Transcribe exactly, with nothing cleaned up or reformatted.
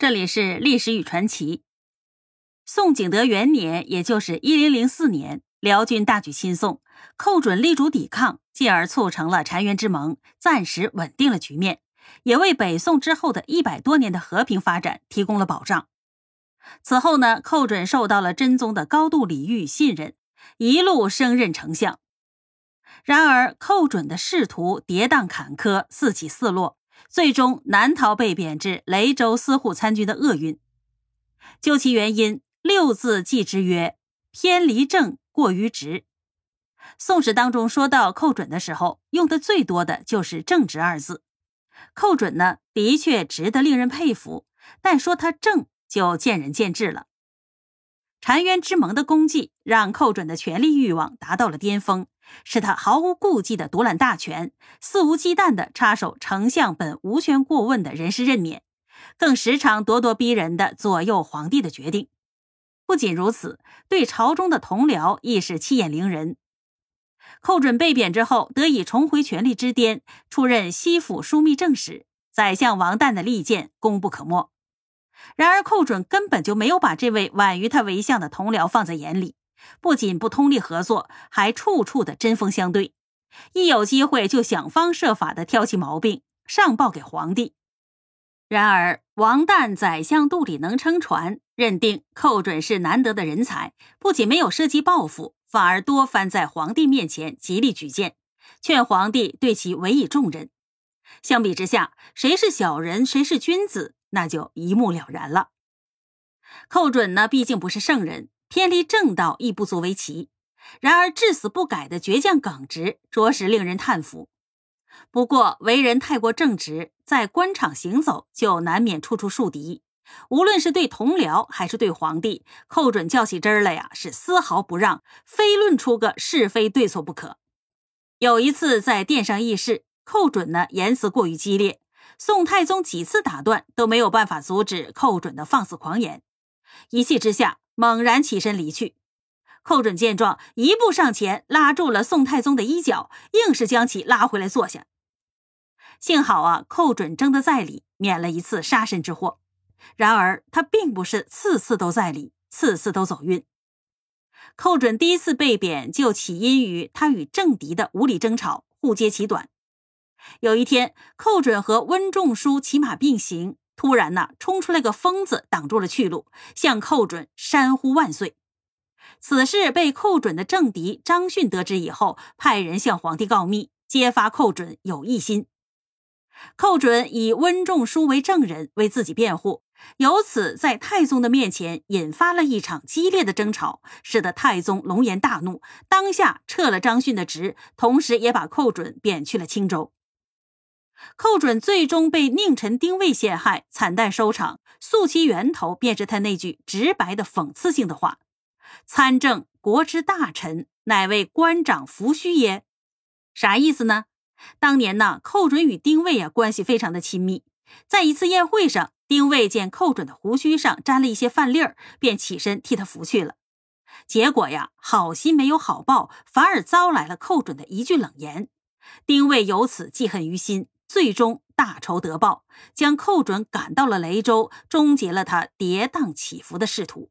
这里是历史与传奇。宋景德元年，也就是一零零四年，辽军大举亲宋，寇准力主抵抗，进而促成了澶渊之盟，暂时稳定了局面，也为北宋之后的一百多年的和平发展提供了保障。此后呢，寇准受到了真宗的高度礼遇与信任，一路升任丞相。然而寇准的仕途跌宕坎坷，四起四落，最终难逃被贬至雷州司户参军的厄运。究其原因，六字记之曰：偏离正，过于直。宋史当中说到寇准的时候，用的最多的就是正直二字。寇准呢，的确值得令人佩服，但说他正就见仁见智了。澶渊之盟的功绩让寇准的权力欲望达到了巅峰，使他毫无顾忌地独揽大权，肆无忌惮地插手丞相本无权过问的人事任免，更时常咄咄逼人地左右皇帝的决定。不仅如此，对朝中的同僚亦是气焰凌人。寇准被贬之后，得以重回权力之巅，出任西府枢密正使，宰相王旦的利剑功不可没。然而寇准根本就没有把这位晚于他为相的同僚放在眼里，不仅不通力合作，还处处的针锋相对，一有机会就想方设法的挑起毛病，上报给皇帝。然而王旦宰相肚里能撑船，认定寇准是难得的人才，不仅没有涉及报复，反而多番在皇帝面前极力举荐，劝皇帝对其委以重任。相比之下，谁是小人谁是君子，那就一目了然了。寇准呢，毕竟不是圣人，偏离正道亦不足为奇，然而至死不改的倔强耿直，着实令人叹服。不过为人太过正直，在官场行走就难免处处树敌，无论是对同僚还是对皇帝，寇准较起真儿来呀，是丝毫不让，非论出个是非对错不可。有一次在殿上议事，寇准呢言辞过于激烈，宋太宗几次打断都没有办法阻止寇准的放肆狂言，一气之下猛然起身离去。寇准见状，一步上前拉住了宋太宗的衣角，硬是将其拉回来坐下。幸好啊，寇准争得在理，免了一次杀身之祸。然而他并不是次次都在理，次次都走运。寇准第一次被贬就起因于他与政敌的无理争吵，互揭其短。有一天，寇准和温仲舒骑马并行，突然呢，冲出来个疯子挡住了去路，向寇准山呼万岁。此事被寇准的政敌张逊得知以后，派人向皇帝告密，揭发寇准有异心。寇准以温仲舒为证人为自己辩护，由此在太宗的面前引发了一场激烈的争吵，使得太宗龙颜大怒，当下撤了张逊的职，同时也把寇准贬去了青州。寇准最终被佞臣丁谓陷害，惨淡收场，溯其源头便是他那句直白的讽刺性的话：参政国之大臣，乃为官长扶虚耶？啥意思呢？当年呢，寇准与丁谓啊关系非常的亲密，在一次宴会上，丁谓见寇准的胡须上沾了一些饭粒儿，便起身替他拂去了。结果呀，好心没有好报，反而遭来了寇准的一句冷言。丁谓由此记恨于心，最终大仇得报，将寇准赶到了雷州，终结了他跌宕起伏的仕途。